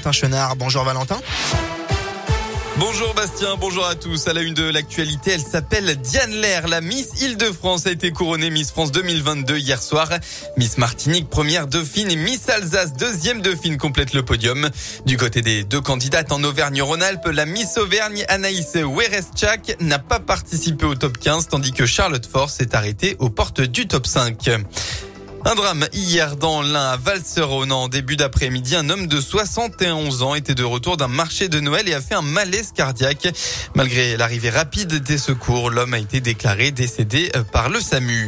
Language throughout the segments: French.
Valentin Chenard. Bonjour Valentin. Bonjour Bastien, bonjour à tous. À la une de l'actualité, elle s'appelle Diane Lair. La Miss Île-de-France a été couronnée Miss France 2022 hier soir. Miss Martinique, première dauphine, et Miss Alsace, deuxième dauphine, complète le podium. Du côté des deux candidates en Auvergne-Rhône-Alpes, la Miss Auvergne, Anaïs Wereschak, n'a pas participé au top 15, tandis que Charlotte Force s'est arrêtée aux portes du top 5. Un drame hier dans l'Ain à Valserone. En début d'après-midi, un homme de 71 ans était de retour d'un marché de Noël et a fait un malaise cardiaque. Malgré l'arrivée rapide des secours, l'homme a été déclaré décédé par le SAMU.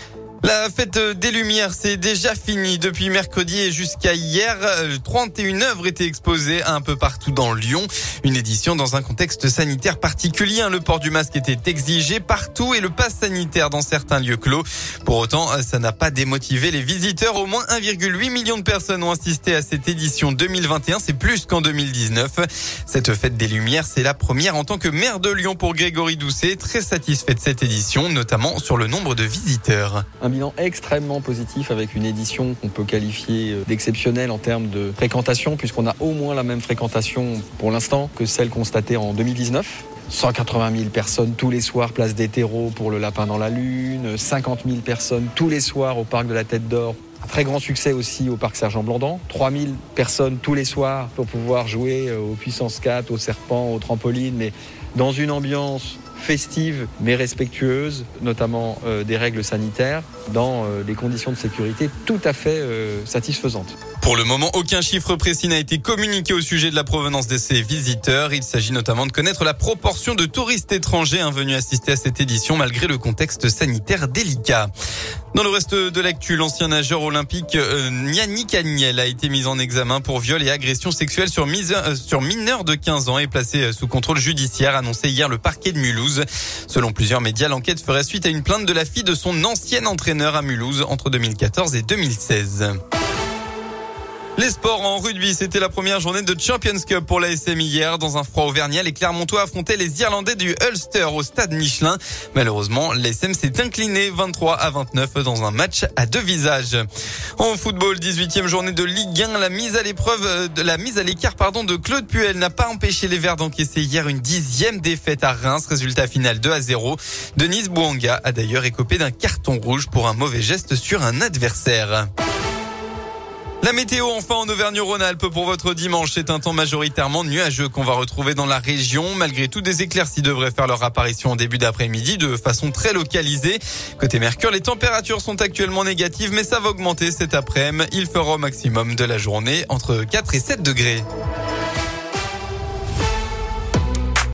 La fête des Lumières, c'est déjà fini. Depuis mercredi et jusqu'à hier, 31 œuvres étaient exposées un peu partout dans Lyon. Une édition dans un contexte sanitaire particulier. Le port du masque était exigé partout et le pass sanitaire dans certains lieux clos. Pour autant, ça n'a pas démotivé les visiteurs. Au moins 1,8 million de personnes ont assisté à cette édition 2021. C'est plus qu'en 2019. Cette fête des Lumières, c'est la première en tant que maire de Lyon pour Grégory Doucet. Très satisfait de cette édition, notamment sur le nombre de visiteurs. Un bilan extrêmement positif avec une édition qu'on peut qualifier d'exceptionnelle en termes de fréquentation, puisqu'on a au moins la même fréquentation pour l'instant que celle constatée en 2019. 180 000 personnes tous les soirs, place des terreaux pour le lapin dans la lune, 50 000 personnes tous les soirs au parc de la Tête d'Or. Un très grand succès aussi au parc Sergent-Blandan. 3 000 personnes tous les soirs pour pouvoir jouer aux puissances 4, aux serpents, aux trampolines, mais dans une ambiance festive mais respectueuse, notamment des règles sanitaires, dans des conditions de sécurité tout à fait satisfaisantes. Pour le moment, aucun chiffre précis n'a été communiqué au sujet de la provenance de ces visiteurs. Il s'agit notamment de connaître la proportion de touristes étrangers venus assister à cette édition malgré le contexte sanitaire délicat. Dans le reste de l'actu, l'ancien nageur olympique Yannick Agnel a été mis en examen pour viol et agression sexuelle sur mineur de 15 ans et placé sous contrôle judiciaire, annoncé hier le parquet de Mulhouse. Selon plusieurs médias, l'enquête ferait suite à une plainte de la fille de son ancien entraîneur à Mulhouse entre 2014 et 2016. Les sports en rugby, c'était la première journée de Champions Cup pour l'ASM hier. Dans un froid auvergnat, les Clermontois affrontaient les Irlandais du Ulster au stade Michelin. Malheureusement, l'ASM s'est incliné 23-29 dans un match à deux visages. En football, 18e journée de Ligue 1, la mise à l'écart de Claude Puel n'a pas empêché les Verts d'encaisser hier une 10e défaite à Reims. Résultat final 2-0. Denise Bouanga a d'ailleurs écopé d'un carton rouge pour un mauvais geste sur un adversaire. La météo enfin en Auvergne-Rhône-Alpes pour votre dimanche. C'est un temps majoritairement nuageux qu'on va retrouver dans la région. Malgré tout, des éclaircies devraient faire leur apparition en début d'après-midi de façon très localisée. Côté Mercure, les températures sont actuellement négatives, mais ça va augmenter cet après-midi. Il fera au maximum de la journée entre 4 et 7 degrés.